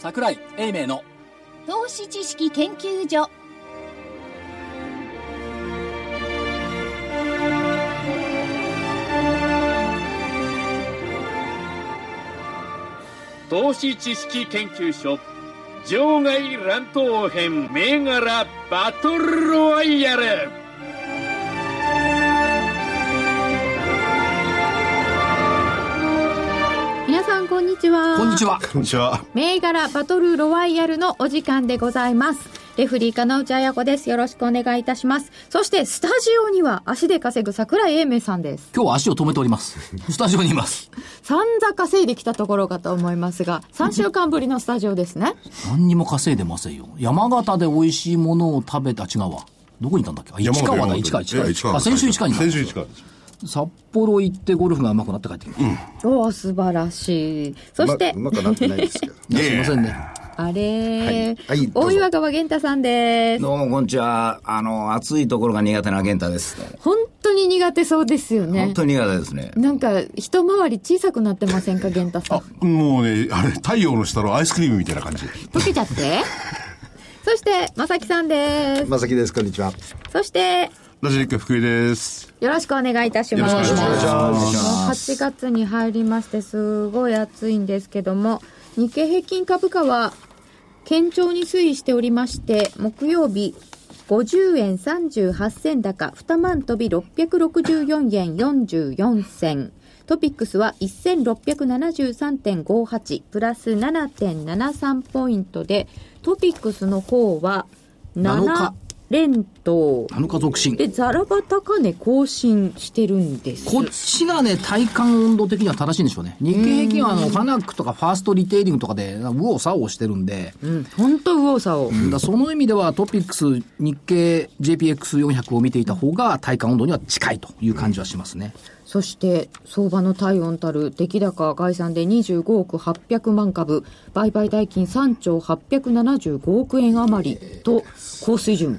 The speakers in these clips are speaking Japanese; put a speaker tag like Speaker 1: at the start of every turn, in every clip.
Speaker 1: 櫻井英明の
Speaker 2: 投資知識研究所。
Speaker 3: 投資知識研究所場外乱闘編銘柄バトルロワイヤル。
Speaker 4: 皆さんこんにちは。
Speaker 1: こんにちは。
Speaker 5: こんにちは。
Speaker 4: 銘柄バトルロワイヤルのお時間でございます。レフリー金内彩子です。よろしくお願いいたします。そしてスタジオには足で稼ぐ櫻井英明さんです。
Speaker 1: 今日は足を止めております。スタジオにいます。
Speaker 4: 散々稼いできたところかと思いますが、3週間ぶりのスタジオですね。
Speaker 1: 何にも稼いでませんよ。山形で美味しいものを食べた。違うわ。どこにいたんだっけ。市川だ。市川。先週市川にいた。
Speaker 5: 先週市川です。
Speaker 1: 札幌行ってゴルフが上手くなって帰ってきました。
Speaker 4: おー、素晴らしい。そして、
Speaker 5: うまくなってないですけど。
Speaker 1: すいませんね。
Speaker 4: あれー、
Speaker 5: はい、
Speaker 4: 大岩川源太さんです。
Speaker 6: どうもこんにちは。暑いところが苦手な源太です。
Speaker 4: 本当に苦手そうですよね。
Speaker 6: 本当に苦手ですね。
Speaker 4: なんか一回り小さくなってませんか、源太さん。
Speaker 5: もうね、あれ太陽の下のアイスクリームみたいな感じ。
Speaker 4: 溶けちゃってそして正木さんです。
Speaker 5: 正木です。こんにちは。
Speaker 4: そして
Speaker 5: ラジオ日経福井です。
Speaker 4: よろしくお願いいたします。
Speaker 5: よろしくお願いしま
Speaker 4: 8
Speaker 5: す。
Speaker 4: 月に入りましてすごい暑いんですけども、日経平均株価は堅調に推移しておりまして、木曜日50円38銭高2万飛び664円44銭、トピックスは 1673.58 プラス 7.73 ポイントで、トピックスの方は7連投
Speaker 1: 7日続伸
Speaker 4: でザラバ高値更新してるんです。
Speaker 1: こっちがね、体感温度的には正しいんでしょうね。日経平均はファナックとかファーストリテイリングとかで右往左往してるんで、
Speaker 4: 本当右往左往、
Speaker 1: その意味ではトピックス日経 JPX400 を見ていた方が体感温度には近いという感じはしますね。
Speaker 4: そして相場の体温たる出来高概算で25億800万株、売買代金3兆875億円余りと高水準。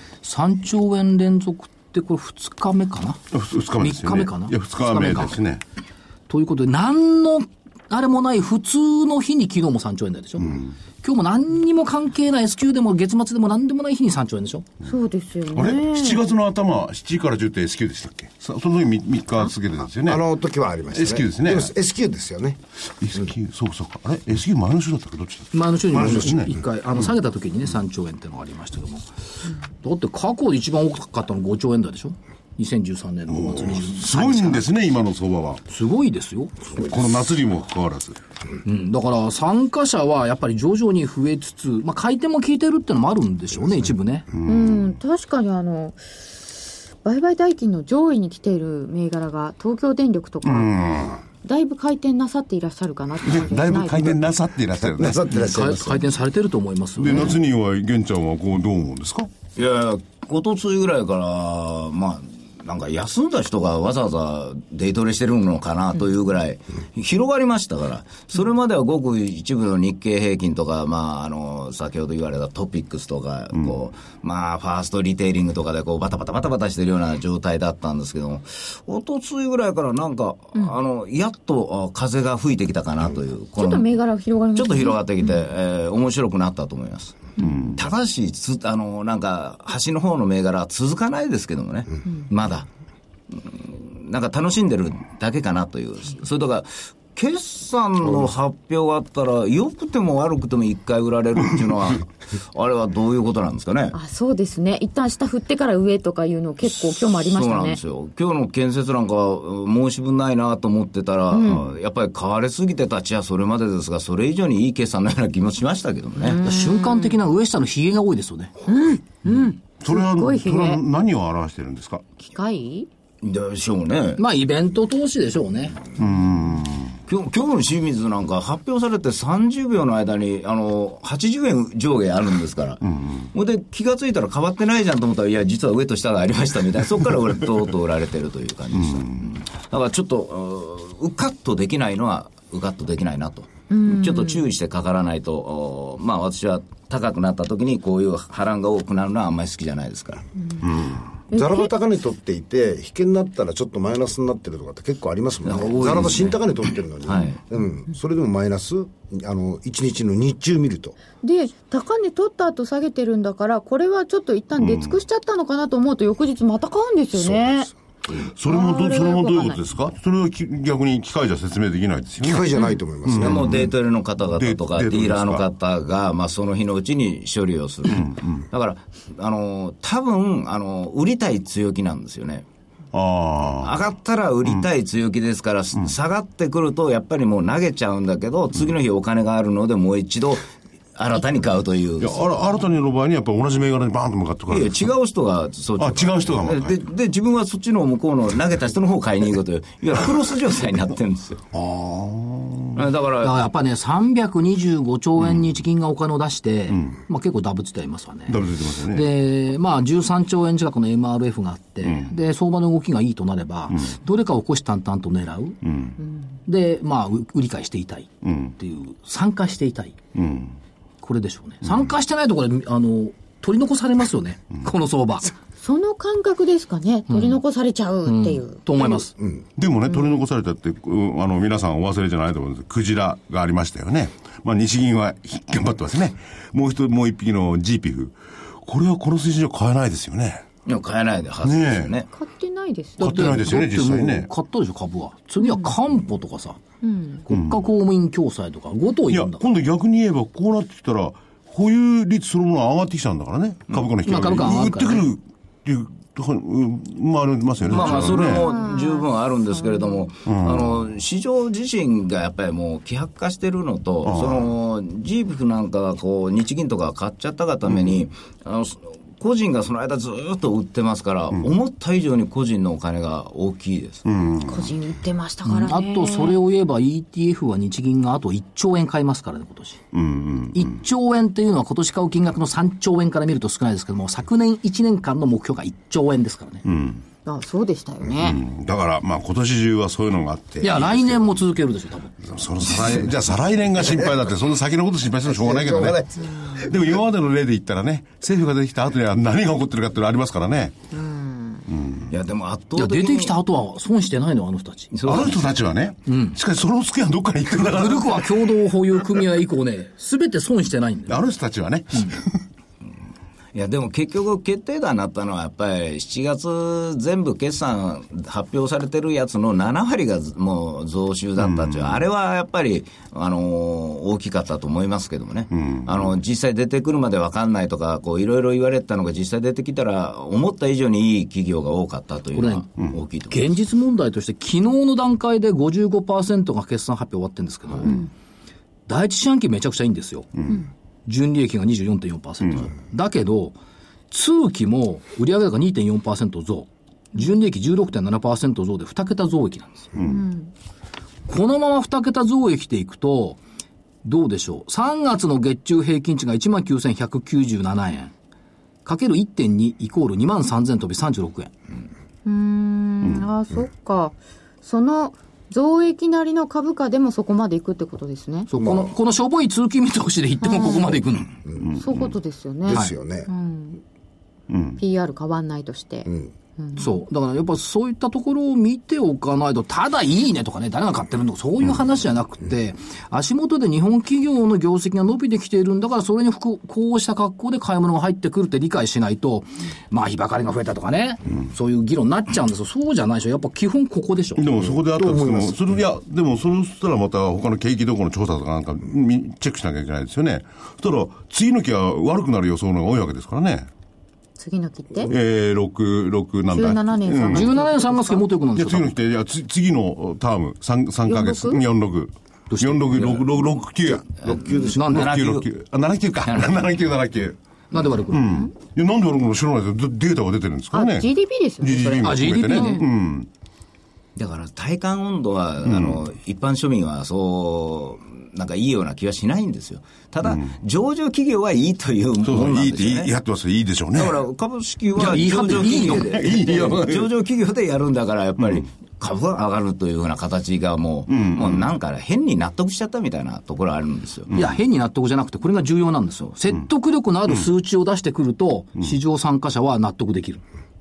Speaker 1: 3兆円連続ってこれ2日目かな。
Speaker 5: 2日目ですよね。
Speaker 1: 3日目かな。
Speaker 5: いや、2日目ですね。
Speaker 1: ということで、何のあれもない普通の日に昨日も3兆円台でしょ、今日も何にも関係ない S q でも月末でも何でもない日に3兆円でしょ。
Speaker 4: そうですよね。
Speaker 5: あれ ?7 月の頭、7から10って S q でしたっけ。その時3日過ぎてたんですよね。
Speaker 7: あの時はありましたね。
Speaker 5: S q ですね。
Speaker 7: でも S q ですよね。
Speaker 5: S q そうかそうか。あれ S q 前の週だったっけ。どっちだったっけ。
Speaker 1: 前の週に
Speaker 5: 1
Speaker 1: 回下げた時にね3兆円ってのがありましたけども、だって過去で一番多かったの5兆円台でしょ。2013年の5月23日。
Speaker 5: すごいんですね、今の相場は。
Speaker 1: すごいですよ。
Speaker 5: この夏にもかかわらず。
Speaker 1: だから参加者はやっぱり徐々に増えつつ、買い手も効いてるってのもあるんでしょうね、一部ね。
Speaker 4: 確かに売買代金の上位に来ている銘柄が東京電力とか、だいぶ回転なさっていらっしゃるかなって感じがしない。
Speaker 5: だいぶ回転なさっていらっしゃるね。
Speaker 7: なさってらっしゃいます。
Speaker 1: 回転されてると思いますよね。
Speaker 5: で、夏には玄ちゃんはこうどう思うんですか。
Speaker 6: いや、おとついぐらいからなんか休んだ人がわざわざデイトレしてるのかなというぐらい広がりましたから、それまではごく一部の日経平均とか、先ほど言われたトピックスとか、ファーストリテイリングとかでこうバタバタしてるような状態だったんですけども、おとついぐらいからなんか、やっと風が吹いてきたかなという、
Speaker 4: ちょっと銘柄広がりましたね。
Speaker 6: ちょっと広がってきて、面白くなったと思います。ただしなんか端の方の銘柄は続かないですけどもね、まだなんか楽しんでるだけかなという。それとか決算の発表があったら良くても悪くても1回売られるっていうのはあれはどういうことなんですかね。
Speaker 4: そうですね。一旦下振ってから上とかいうの結構今日もありましたね。
Speaker 6: そうなんですよ。今日の建設なんか申し分ないなと思ってたら、やっぱり買われすぎてたちはそれまでですが、それ以上にいい決算のような気もしましたけどね。
Speaker 1: 瞬間的な上下のヒゲが多いですよね。
Speaker 5: それは何を表してるんですか。
Speaker 4: 機械
Speaker 6: でしょうね。
Speaker 1: イベント投資でしょうね。
Speaker 6: 今日の清水なんか発表されて30秒の間に80円上下あるんですから、で気がついたら変わってないじゃんと思ったら、いや実は上と下がありましたみたいな、そこからとうとう売られてるという感じでした。だからちょっとうかっとできないのはうかっとできないなと、ちょっと注意してかからないと、私は高くなった時にこういう波乱が多くなるのはあんまり好きじゃないですから。
Speaker 7: ザラバ高値取っていて引けになったらちょっとマイナスになってるとかって結構ありますもんね。ザラバ新高値取ってるのに、それでもマイナス1日の日中見ると。
Speaker 4: で高値取った後下げてるんだから、これはちょっと一旦出尽くしちゃったのかなと思うと、翌日また買うんですよね。
Speaker 5: それもどういうことですか？それは逆に機械じゃ説明できないですよね。
Speaker 7: 機械じゃないと思いますね。
Speaker 6: もうデイトレの方々とかディーラーの方が、その日のうちに処理をする。だから多分売りたい強気なんですよね。上がったら売りたい強気ですから、下がってくるとやっぱりもう投げちゃうんだけど、次の日お金があるのでもう一度新たに買うという。
Speaker 5: いや、新たにの場合にやっぱ同じ銘柄にバーンと向かってくる。
Speaker 6: いや、違う人がそっち。
Speaker 5: 違う人が
Speaker 6: で、自分はそっちの向こうの投げた人の方を買いに行くという、いや、クロス状態になってるんですよ。だから
Speaker 1: やっぱね、325兆円日銀がお金を出して、結構ダブついていますわね。
Speaker 5: ダブついてますよね。
Speaker 1: で、13兆円近くの MRF があって、で、相場の動きがいいとなれば、どれかを虎視眈々と狙う。で、売り買いしていたいっていう、参加していたい。これでしょうね。参加してないところで、取り残されますよね。この相場。
Speaker 4: その感覚ですかね。取り残されちゃうっていう。
Speaker 1: と思います。
Speaker 5: でもね、取り残されたって、皆さんお忘れじゃないと思うんです。クジラがありましたよね。日銀は頑張ってますね。もう一匹の GPF。これはこの水準じゃ買えないですよね。
Speaker 6: いや、買えないはずですよね。
Speaker 4: 買ってないです
Speaker 5: よ。買ってないですよね、実際ね。
Speaker 1: 買ったでしょ、株は。次は担保とかさ、国家公務員共済とか、5頭いるんだ。
Speaker 5: 今度逆に言えば、こうなってきたら、保有率そのものが上がってきちゃうんだからね。株価の引き上げ。
Speaker 1: 株価が上がるからね。
Speaker 5: 売ってくるっていう。ありますよね。
Speaker 6: それも十分あるんですけれども、市場自身がやっぱりもう希薄化してるのと、その GPF なんかが日銀とか買っちゃったがために、個人がその間ずっと売ってますから、思った以上に個人のお金が大きいです。
Speaker 4: 個人売ってましたからね。
Speaker 1: あとそれを言えば ETF は日銀があと1兆円買いますからね、今年。1兆円っていうのは今年買う金額の3兆円から見ると少ないですけども、昨年1年間の目標が1兆円ですからね。
Speaker 4: そうでしたよね。
Speaker 5: だから今年中はそういうのがあって。
Speaker 1: いや、来年も続けるでしょ、多分。
Speaker 5: じゃあ再来年が心配だって、その先のこと心配するのしょうがないけどね。でも今までの例で言ったらね、政府が出てきた後には何が起こってるかっていうのありますからね。
Speaker 6: いや、でも圧倒的に。
Speaker 1: 出てきた後は損してないの、あの人たち。
Speaker 5: あの人たちはね。しかしそのツケはどっかに行ってるんだから。
Speaker 1: 古くは共同保有組合以降ね、すべて損してないんだよ。
Speaker 5: あの人たちはね。
Speaker 6: いや、でも結局決定打になったのはやっぱり7月全部決算発表されてるやつの7割がもう増収だったっていう、あれはやっぱり大きかったと思いますけどもね。実際出てくるまで分かんないとかいろいろ言われてたのが実際出てきたら思った以上にいい企業が多かったというのは大きいと思います。
Speaker 1: 現実問題として昨日の段階で 55% が決算発表終わってるんですけど、第一四半期めちゃくちゃいいんですよ。純利益が 24.4%、だけど通期も売上高 2.4% 増、純利益 16.7% 増で2桁増益なんですよ、このまま2桁増益でいくとどうでしょう。3月の月中平均値が 19,197 円かける 1.2 イコール 23,000 飛び36円。
Speaker 4: そっか。その増益なりの株価でもそこまでいくってことですね。
Speaker 1: そう、このしょぼい通期見通しでいってもここまでいくの。
Speaker 4: そういうことですよね。
Speaker 7: ですよね。
Speaker 4: PR 変わんないとして。
Speaker 1: そう。だからやっぱそういったところを見ておかないと、ただいいねとかね、誰が買ってるのとか、そういう話じゃなくて、足元で日本企業の業績が伸びてきているんだから、それにこうした格好で買い物が入ってくるって理解しないと、日ばかりが増えたとかね、そういう議論になっちゃうんですよ。そうじゃないでしょ。やっぱ基本ここでしょ。
Speaker 5: でもそこであったんですけども、それいや、でもそうしたらまた他の景気どころの調査とかなんかチェックしなきゃいけないですよね。そしたら次の期は悪くなる予想のが多いわけですからね。
Speaker 4: 次の期って
Speaker 5: 6なんだ。
Speaker 4: 17年3月。
Speaker 1: 17年3月期もっとよくなんですよ。
Speaker 5: 次の期って、次のターム、3ヶ月、46。
Speaker 7: 69です。
Speaker 5: なんで79か。79。
Speaker 1: なんで悪くなるの？
Speaker 5: いや、なんで悪くなるの知らないですよ。データが出てるんですからね。
Speaker 4: GDP ですよね。
Speaker 5: GDP も含めてね。
Speaker 6: だから体感温度は、一般庶民はそうなんかいいような気はしないんですよ。ただ、上場企業はいいというものなんですよね。
Speaker 5: いいってやってます。いいでしょうね。
Speaker 6: だから株式は上場企業で上場企業でやるんだから、やっぱり株が上がるというふうな形がもうなんか変に納得しちゃったみたいなところあるんですよ。
Speaker 1: いや、変に納得じゃなくて、これが重要なんですよ。説得力のある数値を出してくると、市場参加者は納得できる。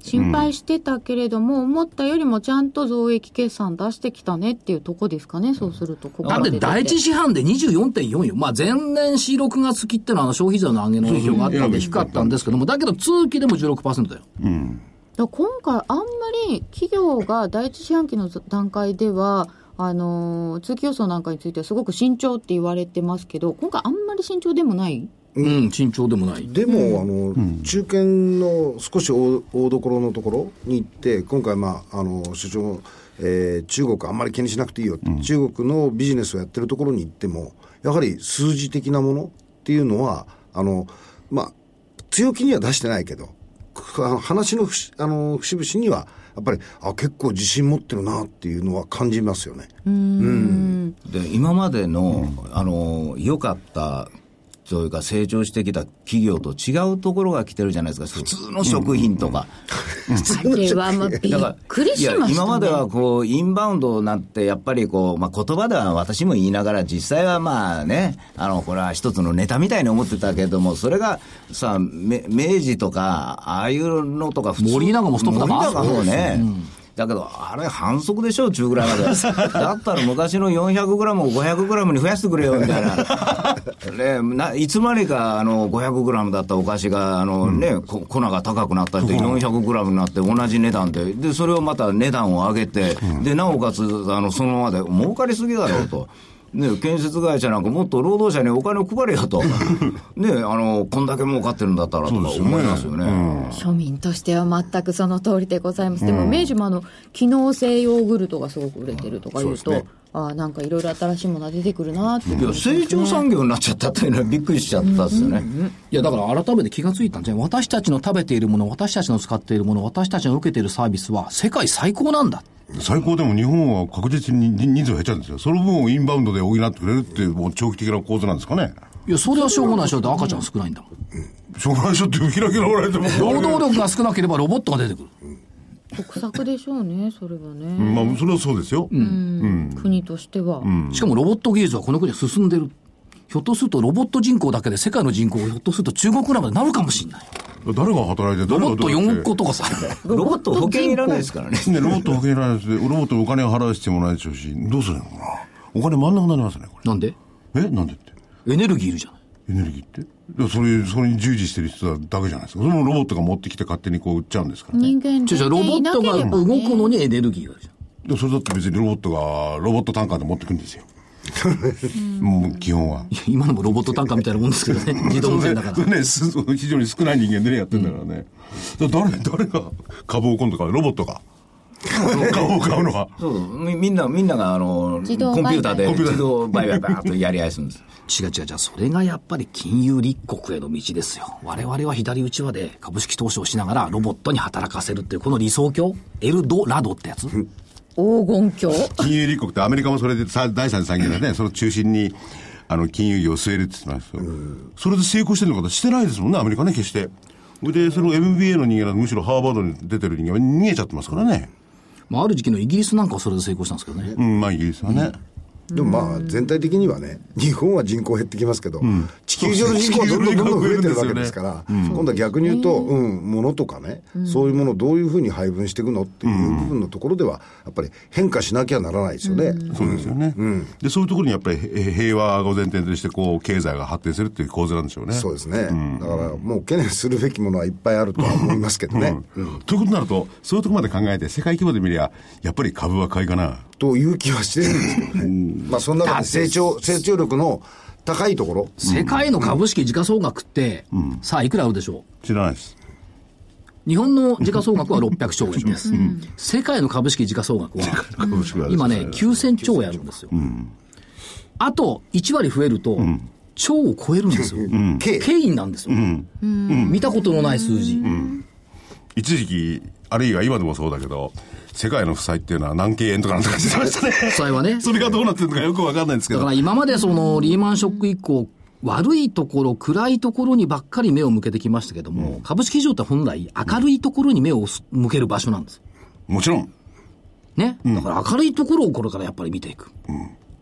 Speaker 4: 心配してたけれども、思ったよりもちゃんと増益決算出してきたねっていうとこですかね、そうするとここ
Speaker 1: だって第一四半で 24.4 よ。まあ前年4、6月期ってのは消費税の上げの影響があったんで低かったんですけども、だけど通期でも 16% だよ。
Speaker 4: だ今回あんまり企業が第一四半期の段階では通期予想なんかについてはすごく慎重って言われてますけど、今回あんまり慎重でもない。
Speaker 1: 慎重でもない。
Speaker 7: でも、中堅の少し大所のところに行って、今回、所長も、中国あんまり気にしなくていいよって、中国のビジネスをやってるところに行っても、やはり数字的なものっていうのは、強気には出してないけど、話の節々には、やっぱり結構自信持ってるなっていうのは感じますよね。
Speaker 6: で今までの、良かったというか成長してきた企業と違うところが来てるじゃないですか。普通の食品とか、
Speaker 4: あれはもうびっくりしましたね。
Speaker 6: 今まではこうインバウンドなんてやっぱりこう、言葉では私も言いながら実際はこれは一つのネタみたいに思ってたけども、それがさ明治とかああいうのとか普通
Speaker 1: 森永もストップだ
Speaker 6: 森永もね、だけどあれ反則でしょ中ぐらいまでだったら昔の 400g を 500g に増やしてくれよみたいな、いつまでか500g だったお菓子が粉が高くなったりして 400g になって同じ値段でそれをまた値段を上げて、でなおかつそのままで儲かりすぎだろうと。建設会社なんかもっと労働者にお金を配れよとこんだけ儲かってるんだったらとか思いますよね。
Speaker 4: 庶民としては全くその通りでございます。でも明治も機能性ヨーグルトがすごく売れてるとかいうと、なんかいろいろ新しいものが出てくるなって、
Speaker 6: 成長産業になっちゃったっていうのはびっくりしちゃったですよね。
Speaker 1: いやだから改めて気がついたんじゃない。私たちの食べているもの、私たちの使っているもの、私たちの受けているサービスは世界最高なんだ。
Speaker 5: 最高でも日本は確実に人数が減っちゃうんですよ。その分をインバウンドで補ってくれるっていうもう長期的な構図なんですかね。
Speaker 1: いやそれはしょうがないでしょ。赤ちゃん少ないんだもん。
Speaker 5: しょうがないでしょってキラキラ笑われても
Speaker 1: 労働力が少なければロボットが出てくる。
Speaker 4: 国策でしょうね、それはね。
Speaker 5: それはそうですよ。
Speaker 4: 国としては、
Speaker 1: しかもロボット技術はこの国は進んでる。ひょっとするとロボット人口だけで世界の人口がひょっとすると中国ぐらいまでなるかもしれない。
Speaker 5: 誰が働いて
Speaker 1: ロボット4個とかさ
Speaker 6: ロボット保険いらないですからね。
Speaker 5: ロボット保険いらないです。ロボットお金を払う必要もないでしょうし、どうするのかな。お金真ん中になりますねこれ。
Speaker 1: なんで
Speaker 5: なんでって
Speaker 1: エネルギーいるじゃない。
Speaker 5: エネルギーってそれに従事してる人だけじゃないですか。それもロボットが持ってきて勝手に売っちゃうんですからね。
Speaker 4: 人間で
Speaker 1: ロボットが動くのにエネルギーがあるじゃん。
Speaker 5: でそれだって別にロボットタンカーで持ってくるんですよもう基本は。
Speaker 1: 今のもロボットタンカーみたいなもんですけどね。自動運転だから
Speaker 5: ね、非常に少ない人間でねやってんだからね。誰が株を今度買う。ロボットが株を買うのは。
Speaker 6: そうみんながコンピューターで自動売買バーッとやり合いするんです。
Speaker 1: 違うじゃあそれがやっぱり金融立国への道ですよ。我々は左打ち輪で株式投資をしながらロボットに働かせるっていうこの理想郷。エルドラドってやつ。
Speaker 4: 黄金鏡。
Speaker 5: 金融立国ってアメリカもそれで第三次産業でね、その中心に金融業を据えるって言ってますよ。それで成功してるのかしてないですもんねアメリカね決して。でその MBA の人間はむしろハーバードに出てる人間は逃げちゃってますからね。
Speaker 1: ある時期のイギリスなんかはそれで成功したんですけどね。
Speaker 5: イギリスはね。
Speaker 7: でも全体的にはね、日本は人口減ってきますけど、地球上の人口はどんどん増えてるわけですから、今度は逆に言うと、物とかね、そういうものをどういうふうに配分していくのっていう部分のところでは、やっぱり変化しなきゃならないですよね。
Speaker 5: そうですよね。で、そういうところにやっぱり平和を前提として、経済が発展するっていう構図なんでしょうね。
Speaker 7: そうですね。だから、もう懸念するべきものはいっぱいあるとは思いますけどね。
Speaker 5: ということになると、そういうところまで考えて、世界規模で見りゃ、やっぱり株は買いかな。
Speaker 7: という気はしてるんですけどね。そんな中で成長力の高いところ。
Speaker 1: 世界の株式時価総額って、さあいくらあるでしょ
Speaker 5: う。知らないです。
Speaker 1: 日本の時価総額は600兆円です。世界の株式時価総額は、今ね、9000兆円あるんですよ。あと1割増えると、兆を超えるんですよ。K なんですよ。見たことのない数字。
Speaker 5: 一時期、あるいは今でもそうだけど、世界の負債っていうのは何兆円とかなんとかしてましたね。
Speaker 1: 負債はね。
Speaker 5: それがどうなってるのかよくわかんないんですけど。
Speaker 1: だから今までそのリーマンショック以降、悪いところ、暗いところにばっかり目を向けてきましたけども、株式市場って本来明るいところに目を向ける場所なんです。
Speaker 5: もちろん。
Speaker 1: ね。だから明るいところをこれからやっぱり見ていく。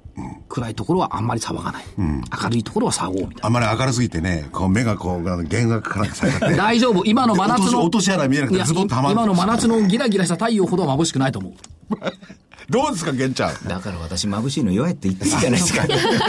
Speaker 1: 暗いところはあんまり騒がない。明るいところは騒ごうみたいな。
Speaker 5: あんまり明るすぎてね、こう目がこう、幻覚かなんかされちゃって。
Speaker 1: 大丈夫。今の真夏の。
Speaker 5: 落とし穴見えなくてズボッとはまる。
Speaker 1: 今の真夏のギラギラした太陽ほど眩しくないと思う。
Speaker 5: どうですか、玄ちゃん。
Speaker 6: だから私眩しいの弱いって言ってるじゃないですか。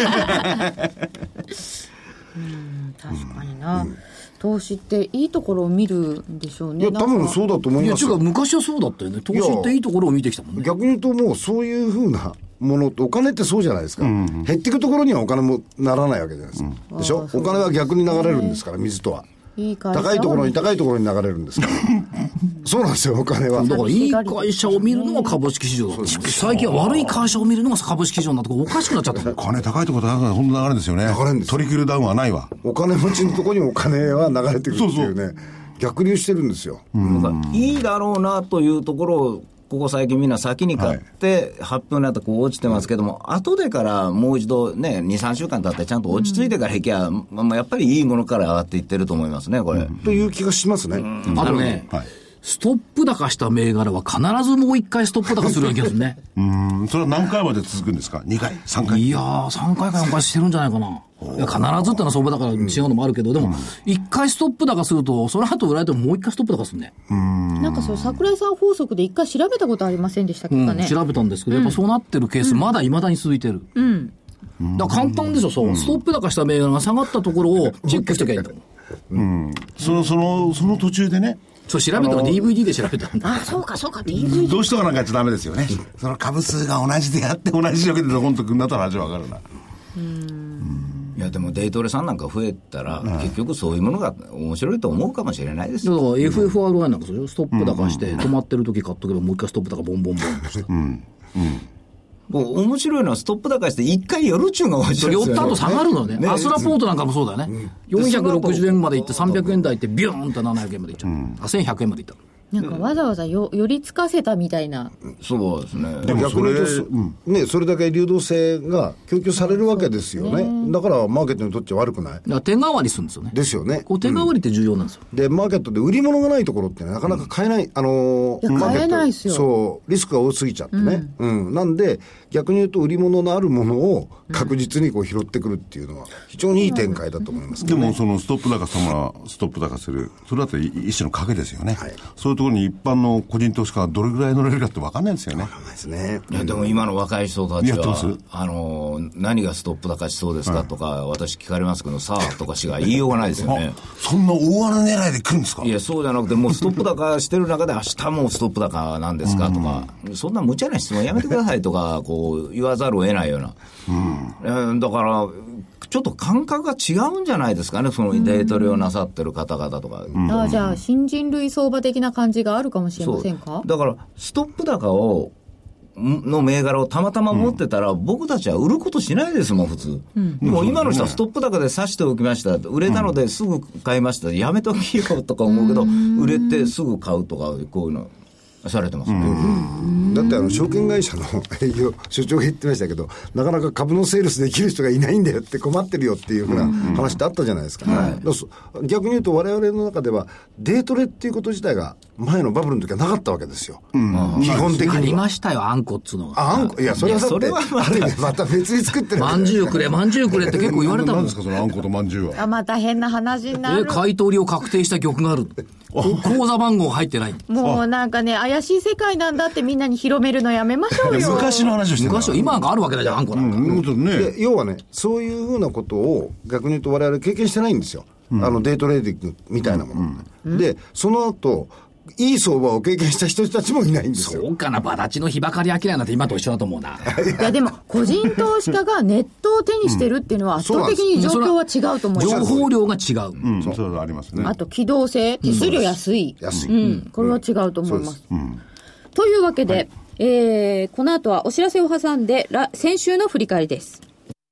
Speaker 4: 確かにな、投資っていいところを見るんでしょうね。
Speaker 7: いや多分そうだと思いますよ。
Speaker 1: いや、違う、昔はそうだったよね。投資っていいところを見てきたもんね。
Speaker 7: 逆に言うともうそういうふうなものお金ってそうじゃないですか、減っていくところにはお金もならないわけじゃないですか、でしょ。お金は逆に流れるんですから、水とは。
Speaker 4: いい会社を
Speaker 7: 高いところに高いところに流れるんですからそうなんですよ、お金は。
Speaker 1: だからいい会社を見るのが株式市場だ。最近は悪い会社を見るのが株式市場になっておかしくなっちゃった。
Speaker 5: 金高いところ高いところ本当流れるんですよね。
Speaker 7: 流れるんですよ。
Speaker 5: トリクルダウンはないわ。
Speaker 7: お金持ちのところにお金は流れてくるっていうね、逆流してるんですよ。
Speaker 6: いいだろうなというところをここ最近みんな先に買って発表になってこう落ちてますけども、後でからもう一度ね 2,3 週間経ってちゃんと落ち着いてからいけば、やっぱりいいものから上がっていってると思いますね、これ。
Speaker 7: という気がしますね。
Speaker 1: あとね、ストップ高した銘柄は必ずもう一回ストップ高するわけですね。
Speaker 5: それは何回まで続くんですか？ 2 回 3回？
Speaker 1: いやー、3回か4回してるんじゃないかな。いや、必ずってのは相場だから違うのもあるけど、でも、1回ストップ高すると、その後売られてももう1回ストップ高するね。
Speaker 4: なんかそう、桜井さん法則で1回調べたことありませんでしたっけかね。
Speaker 1: 調べたんですけど、やっぱそうなってるケース、まだ未だに続いてる。だから簡単ですよ、そう。ストップ高した銘柄が下がったところをチェックしときゃいいんだもん。
Speaker 5: その途中でね、
Speaker 1: そう調べたら DVD で調べたんだ。
Speaker 4: あ、そうかそうか、DVD。
Speaker 5: どうしとかなんかやっちゃダメですよね。その株数が同じであって同じ条件でドコンと組んだったら味わかるな。
Speaker 6: いやでもデイトレさんなんか増えたら、結局そういうものが面白いと思うかもしれないですよ。
Speaker 1: だから FFRI なんかそうよ、ストップ高して止まってる時買っとけばもう一回ストップ高ボンボンボンとして。
Speaker 6: もう面白いのはストップ高して一回寄るっちゅうのが面白いですよね。
Speaker 1: 寄った後下がるのね。アスラポートなんかもそうだよね。460円まで行って300円台行ってビューンって700円まで行っちゃう。1100円まで行った。
Speaker 4: なんかわざわざ寄りつかせたみたいな。
Speaker 6: そうですね。
Speaker 7: でも逆に言うと、ね、それだけ流動性が供給されるわけですよね。だからマーケットにとって悪くない。
Speaker 1: だから手代わりするんですよね。
Speaker 7: ですよね。
Speaker 1: こう手代わりって重要なんですよ。
Speaker 7: で、マーケットで売り物がないところってなかなか買えない、マーケット。
Speaker 4: 買えないですよ。
Speaker 7: そう、リスクが多すぎちゃってね。なんで、逆に言うと売り物のあるものを確実にこう拾ってくるっていうのは非常にいい展開だと思いますけどね。
Speaker 5: でもそのストップ高様ストップ高する、それだって一種の賭けですよね。そういうところに一般の個人投資家がどれぐらい乗れるかって分かんないですよね。
Speaker 7: 分かんないですね。
Speaker 6: いやでも今の若い人たち
Speaker 5: やってます
Speaker 6: は何がストップ高しそうですかとか、私聞かれますけど、さあとかしか言いようがないですよね。
Speaker 5: そんな大穴狙いで来るんですか？
Speaker 6: いやそうじゃなくて、もうストップ高してる中で明日もストップ高なんですかとか、そんな無茶な質問やめてくださいとかこう言わざるを得ないような、だからちょっと感覚が違うんじゃないですかね、そのデイトレをなさってる方々とか。
Speaker 4: じゃあ新人類相場的な感じがあるかもしれませんか。
Speaker 6: だからストップ高の銘柄をたまたま持ってたら、僕たちは売ることしないですもん普通。でも今の人はストップ高で指しておきました、売れたのですぐ買いました、やめときよとか思うけど、売れてすぐ買うとかこういうのされてますね。
Speaker 7: だって証券会社の営業所長が言ってましたけど、なかなか株のセールスできる人がいないんだよって困ってるよっていうふうな話ってあったじゃないですか。逆に言うと我々の中ではデイトレっていうこと自体が前のバブルの時はなかったわけですよ。基本的には
Speaker 1: ありましたよ、あんこっつうのが。
Speaker 7: あんこ、いやそれはだってある意味また別に作ってる。
Speaker 1: まんじゅうくれまんじゅうくれって結構言われたもん。
Speaker 5: 何ですかそのあんことまんじゅうは。
Speaker 4: また変な話になる。
Speaker 1: 買い取りを確定した曲がある。口座番号入ってない。
Speaker 4: もうなんかね、怪しい世界なんだってみんなに広めるのやめましょうよ。
Speaker 5: 昔の話をしてる。
Speaker 1: 昔は今なんかあるわけないじゃん、あんこなんか。
Speaker 7: で要はね、そういうふうなことを逆に言うと我々経験してないんですよ。デイトレーディングみたいなもの、でその後いい相場を経験した人たちもいないんですよ。
Speaker 1: そうかな、バダチの日ばかり明らなんて今と一緒だと思うな。
Speaker 4: いやでも個人投資家がネットを手にしてるっていうのは圧倒的に状況は違うと思います。
Speaker 1: 情報量が違う。
Speaker 5: それはありますね。
Speaker 4: あと機動性、手数料安い。これは違うと思います。というわけで、この後はお知らせを挟んで先週の振り返りです。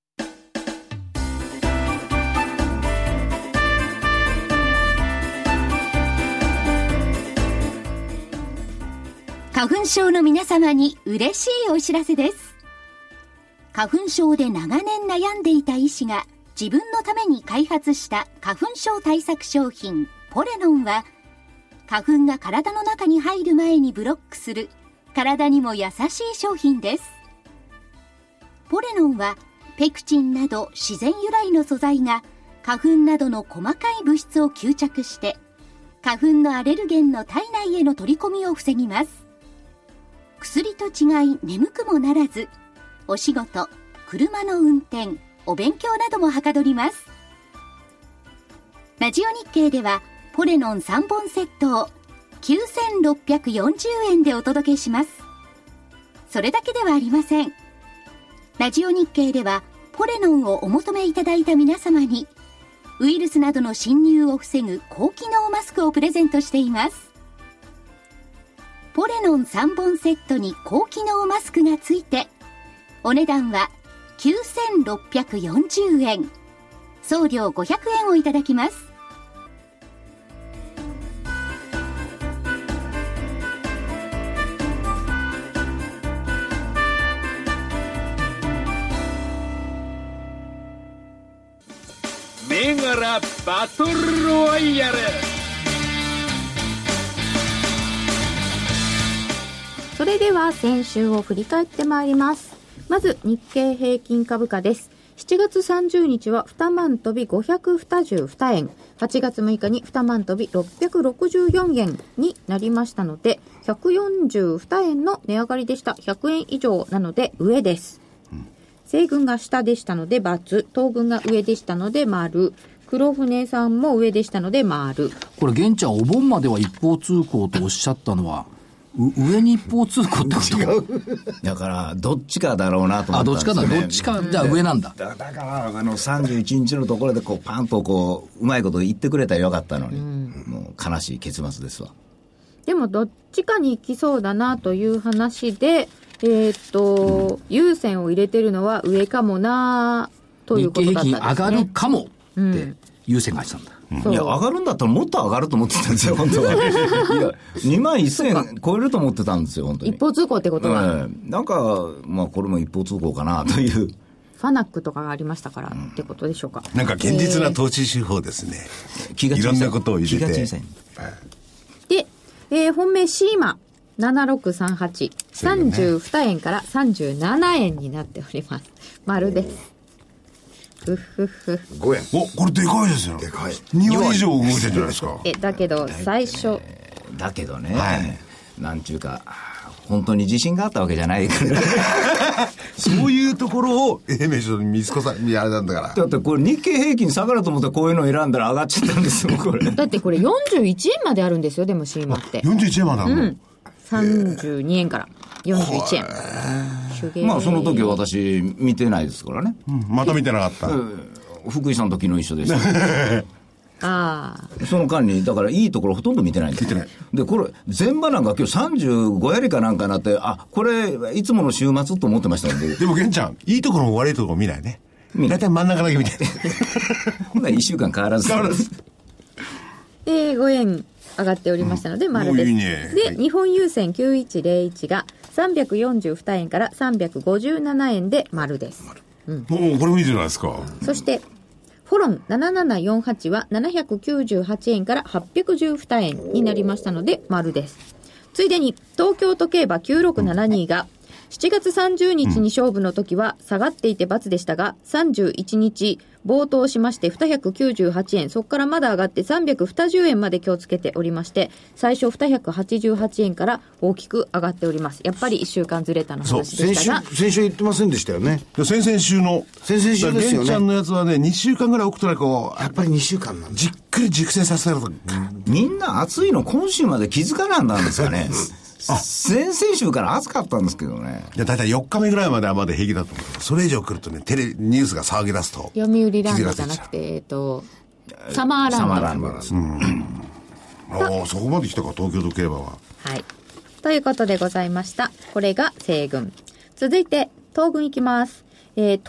Speaker 2: 花粉症の皆様に嬉しいお知らせです。花粉症で長年悩んでいた医師が自分のために開発した花粉症対策商品ポレノンは、花粉が体の中に入る前にブロックする体にも優しい商品です。 ポレノンはペクチンなど自然由来の素材が花粉などの細かい物質を吸着して花粉のアレルゲンの体内への取り込みを防ぎます。薬と違い眠くもならず、お仕事、車の運転、お勉強などもはかどります。ラジオ日経ではポレノン3本セットを9640円でお届けします。それだけではありません。ラジオ日経ではポレノンをお求めいただいた皆様にウイルスなどの侵入を防ぐ高機能マスクをプレゼントしています。ポレノン3本セットに高機能マスクがついてお値段は9640円、送料500円をいただきます。
Speaker 3: 銘柄バトルロワイヤル。
Speaker 4: それでは先週を振り返ってまいります。まず日経平均株価です。7月30日は2万飛び522円、8月6日に2万飛び664円になりましたので、142円の値上がりでした。100円以上なので上です。西軍が下でしたので×、東軍が上でしたので丸、黒船さんも上でしたので丸。
Speaker 1: これ玄ちゃんお盆までは一方通行とおっしゃったのは上に一方通行ってこと
Speaker 6: だからどっちかだろうなと思ったんですよね。
Speaker 1: どっちかじゃあ上なんだ。
Speaker 6: だから31日のところでこうパンとこううまいこと言ってくれたらよかったのに、もう悲しい結末ですわ。
Speaker 4: でもどっちかに行きそうだなという話で、優先を入れてるのは上かもなということだったんですね。
Speaker 1: 日経平均上がるかもって優先がしたんだ。
Speaker 6: いや上がるんだったらもっと上がると思ってたんですよ本当は。いや2万1000円超えると思ってたんですよ本当に。
Speaker 4: 一方通行ってことは、
Speaker 6: なんかまあこれも一方通行かなという。
Speaker 4: ファナックとかがありましたからってことでしょうか。
Speaker 5: なんか現実な投資手法ですね。
Speaker 6: 気が小さい。
Speaker 5: いろんなことを入れて。
Speaker 6: 気が小さい。
Speaker 4: で、本命シーマ7638、32円から37円になっております。丸です。ふふふ。
Speaker 7: 5円。
Speaker 5: お、これでかいですよ。
Speaker 7: でかい。
Speaker 5: 2割以上動いてるんじゃないですか。
Speaker 4: だけど最初。
Speaker 6: だけどね、なんちゅうか、本当に自信があったわけじゃないから
Speaker 5: そういうところを英明所に見つこさんあれなんだから。
Speaker 6: だってこれ日経平均下がると思ってこういうのを選んだら上がっちゃったんですよこれ。
Speaker 4: だってこれ41円まであるんですよ。でもシーマって
Speaker 5: 41円まであるの、
Speaker 4: 32円から41円。
Speaker 6: まあその時は私見てないですからね、
Speaker 5: また見てなかった、
Speaker 6: 福井さんと昨日一緒でした
Speaker 4: あ
Speaker 6: その間にだからいいところほとんど見てないんですよ。でこれ全場なんか今日35やりかなんかなって、あこれいつもの週末と思ってましたんで。
Speaker 5: でも玄ちゃんいいところも悪いところも見ないね。大体真ん中だけ見て
Speaker 6: ほんなら1週間変わらず
Speaker 4: で5円上がっておりましたので丸です、
Speaker 5: いいね。
Speaker 4: で、日本郵船9101が342円から357円で丸です。
Speaker 5: もうこれもいいじゃないですか。
Speaker 4: そしてフォロン7748は798円から812円になりましたので丸です。ついでに東京都競馬9672が7月30日に勝負の時は下がっていて×でしたが、31日冒頭しまして298円、そこからまだ上がって320円まで今日つけておりまして、最初288円から大きく上がっております。やっぱり1週間ずれたの話でしたが、
Speaker 7: 先週言ってませんでしたよね。
Speaker 5: 先々週ですよね。玄ちゃんのやつはね2週間ぐらい置くとねこう
Speaker 7: やっぱり2週間なんだ。
Speaker 5: じっくり熟成させると、
Speaker 6: みんな暑いの今週まで気づかなんだんですかね先々週から暑かったんですけどね。
Speaker 5: いやだいたい4日目ぐらいまではまだ平気だと思う。それ以上来るとねニュースが騒ぎ出すと
Speaker 4: 読売ランドじゃなくてサマーランド
Speaker 5: ああそこまで来たか東京都競馬は。
Speaker 4: はいということでございました。これが西軍。続いて東軍いきます。東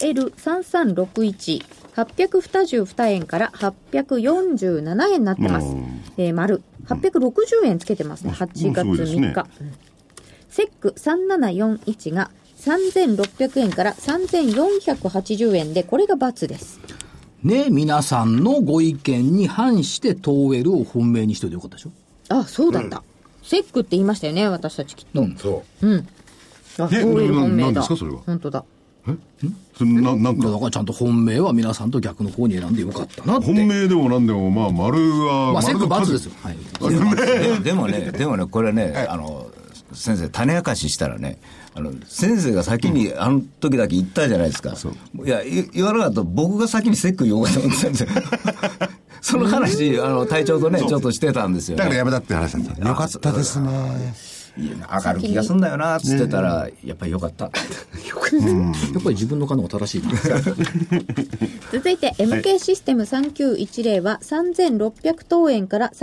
Speaker 4: L3361 822円から847円になってます。丸860円つけてますね。8月3日、セック3741が3600円から3480円で、これが×です
Speaker 1: ね。皆さんのご意見に反して東エルを本命にしておいてよかったでしょ。
Speaker 4: あ、そうだった、セックって言いましたよね私たちきっと、
Speaker 7: そう
Speaker 4: あ、東エル本命だ。
Speaker 5: 何ですかそれは。
Speaker 4: 本当だ。
Speaker 5: それなんか
Speaker 1: だからちゃんと本命は皆さんと逆の方に選んでよかったなって。
Speaker 5: 本命でもなんでも、まあ、丸は、
Speaker 1: まあ、セク
Speaker 5: 丸の数
Speaker 1: バツですよ。はい。
Speaker 6: でもね、これね、先生、種明かししたらね、先生が先にあの時だけ言ったじゃないですか。いや、言わなかったら僕が先にセック言おうかと思ってたんですよ。その話、隊長とね、ちょっとしてたんですよ、ね。
Speaker 5: だからやめたって話なんですよ。よかったですね。
Speaker 6: いや明るい気がすんだよなっつってたら、やっぱりよかった。
Speaker 1: やっぱり自分の感が正しいな。
Speaker 4: 続いて MK システム3910は3600等円から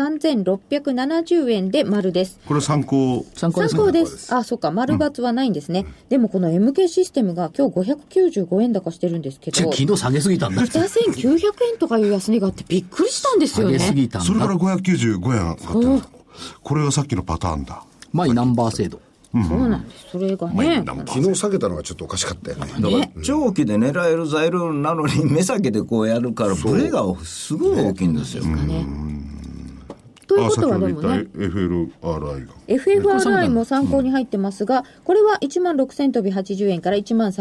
Speaker 4: 3670円で丸です。
Speaker 5: これ参考
Speaker 4: です。あ、そうか、丸×はないんですね。でもこの MK システムが今日595円高してるんですけど、
Speaker 1: 昨日下げすぎたんだ。
Speaker 4: 2900円とかいう安値があってびっくりしたんですよね。
Speaker 1: 下げすぎたんだ。
Speaker 5: それから595円上がってる。これがさっきのパターンだ。
Speaker 1: マイナンバー制度。
Speaker 4: そうなんです。それがね、
Speaker 7: 昨日下げたのがちょっとおかしかったよね。
Speaker 6: だから長期で狙える材料なのに目先でこうやるからブレがすごい大きいんですよ。
Speaker 4: ということはでもね、FFRI も参考に入ってますが、これは16,000飛び80円から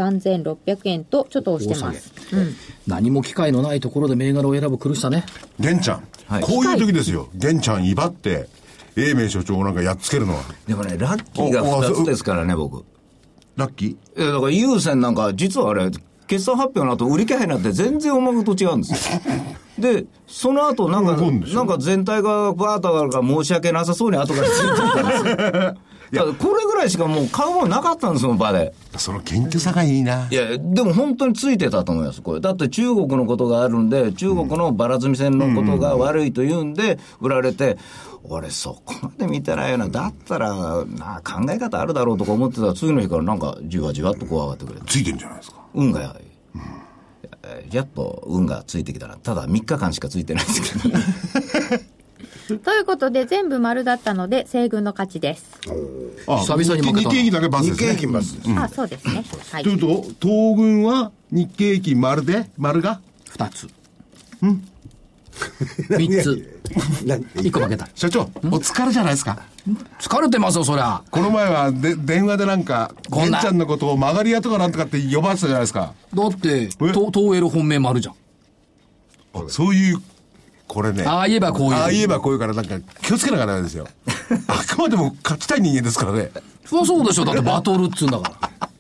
Speaker 4: 13,600円とちょっと押してます。
Speaker 1: 何も機会のないところで銘柄を選ぶ苦しさね。
Speaker 5: 玄ちゃん、こういう時ですよ。玄ちゃん威張って英明所長をなんかやっつけるのは。
Speaker 6: でもね、ラッキーが2つですからね、僕。
Speaker 5: ラッキ
Speaker 6: ー？だから優先なんか、実はあれ、決算発表の後、売り気配になって全然思惑と違うんですよ。で、その後なんか全体がバーッと上がるから申し訳なさそうに後からついてたんですよ。だからこれぐらいしかもう買うものなかったんですよ、場で。
Speaker 5: その謙虚さがいいな。
Speaker 6: いや、でも本当についてたと思います、これ。だって中国のことがあるんで、中国のバラ積み線のことが悪いというんで、売られて、俺そこまで見てないよな。だったら、考え方あるだろうとか思ってたら、次の日からなんかじわじわっとこう上がってくれて。
Speaker 5: ついてんじゃないですか。
Speaker 6: 運が、やっと運がついてきたな。ただ3日間しかついてないですけど。
Speaker 4: ということで全部丸だったので西軍の勝ちです。
Speaker 1: 久々に負けた。
Speaker 5: 日経平均だけバツですね。
Speaker 7: 日経平均バツです。
Speaker 4: あ、そうですね。はい。
Speaker 5: というと東軍は日経平均丸で丸が
Speaker 1: 2つ。3つ。1個負けた。
Speaker 5: 社長、お疲れじゃないですか。
Speaker 1: 疲れてますよ、そりゃ。
Speaker 5: この前は電話でなんか玄ちゃんのことを曲がり屋とかなんとかって呼ばれてたじゃないですか。
Speaker 1: だって東エル本命丸じゃん。
Speaker 5: そういうこれね。
Speaker 1: ああ言えばこういう。
Speaker 5: ああ言えばこういうからなんか気をつけなきゃダメですよ。あくまでも勝ちたい人間ですからね。
Speaker 1: そうでしょ。だってバトルっつうんだから。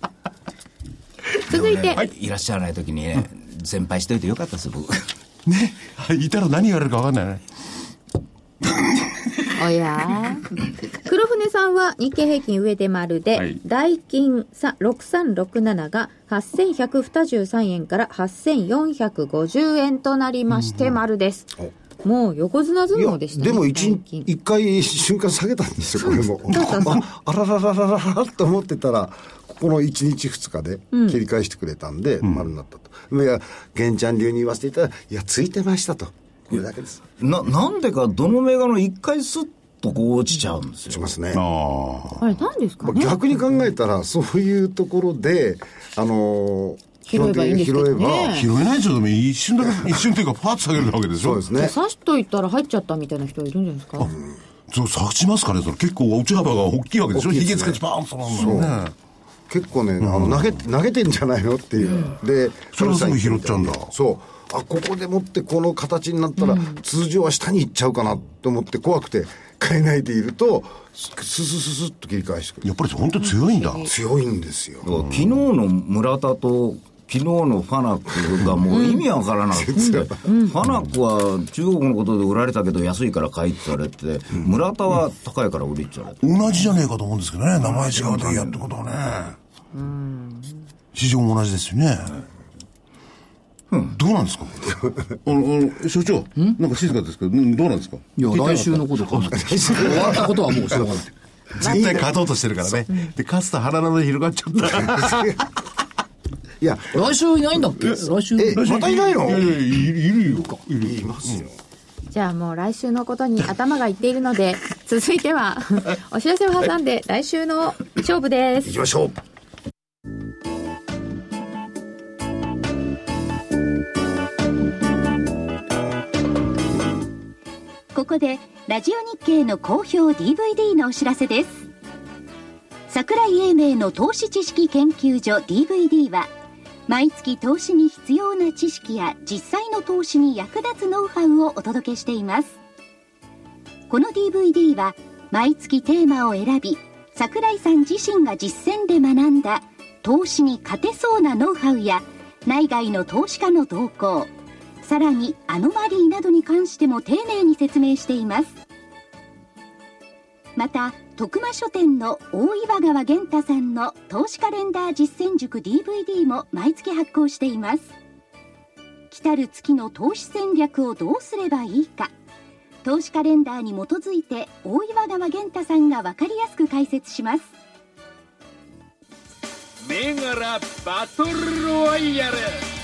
Speaker 4: 続いて、
Speaker 6: いらっしゃらない時にね、先輩しといてよかったです僕。
Speaker 5: ね、いたら何言われるか分かんないね。
Speaker 4: おや黒船さんは日経平均上で丸で、ダイキン6367が8123円から8450円となりまして丸です。もう横綱相撲でしたね。
Speaker 7: でも一回瞬間下げたんですよ、これも。あららららららと思ってたら、ここの1日2日で切り返してくれたんで、丸になったと。いや、玄ちゃん流に言わせていただいたら、いや、ついてましたと。これだけです。
Speaker 6: なんでか、どの銘柄の1回スッとこう落ちちゃうんですよ。
Speaker 7: しますね。
Speaker 4: あれ、何ですかね。
Speaker 7: 逆に考えたら、そういうところで、
Speaker 4: 拾えばいいんですけどね。
Speaker 5: 拾えないですよ。でも一瞬というかパーッと下げるわけでしょ。
Speaker 7: そうですね。
Speaker 4: 刺しといたら入っちゃったみたいな人いるんじゃないですか。
Speaker 5: そう刺しますかね。それ結構落ち幅が大きいわけでしょ。ひげつけてパーンとなんだね。
Speaker 7: 結構ね、投げてんじゃないのっていう。で、
Speaker 5: それはすぐ拾っちゃうんだ。
Speaker 7: そう。ここでもってこの形になったら、通常は下に行っちゃうかなと思って怖くて買えないでいると、スッと切り返してくる。
Speaker 5: やっぱり本当に強いんだ。
Speaker 7: 強いんですよ。
Speaker 6: 昨日の村田と昨日のファナックがもう意味わからなくて、ファナックは中国のことで売られたけど安いから買いって言われて、村田は高いから売りって言われて、
Speaker 5: 同じじゃねえかと思うんですけどね。名前違うだけやってことはね。市場も同じですよね。どうなんですか所長、なんか静かですけど、どうなんですか。
Speaker 1: いや、来週のことかな。終わったことはもうしょうがない。
Speaker 5: 絶対勝とうとしてるからね。で、勝つと腹の上広がっちゃった。
Speaker 7: いや、
Speaker 1: 来週いないんだっけ。来週
Speaker 7: またいないの。
Speaker 5: いるよ。
Speaker 7: いますよ。
Speaker 4: じゃあもう来週のことに頭がいっているので、続いてはお知らせを挟んで来週の勝負です。
Speaker 7: 行きましょう。
Speaker 2: ここでラジオ日経の好評 DVD のお知らせです。櫻井英明の投資知識研究所 DVD は毎月投資に必要な知識や実際の投資に役立つノウハウをお届けしています。この DVD は毎月テーマを選び、櫻井さん自身が実践で学んだ投資に勝てそうなノウハウや内外の投資家の動向、さらにアノマリーなどに関しても丁寧に説明しています。また徳間書店の大岩川源太さんの投資カレンダー実践塾 DVD も毎月発行しています。来たる月の投資戦略をどうすればいいか、投資カレンダーに基づいて大岩川源太さんが分かりやすく解説します。
Speaker 3: 銘柄バトルロワイヤル。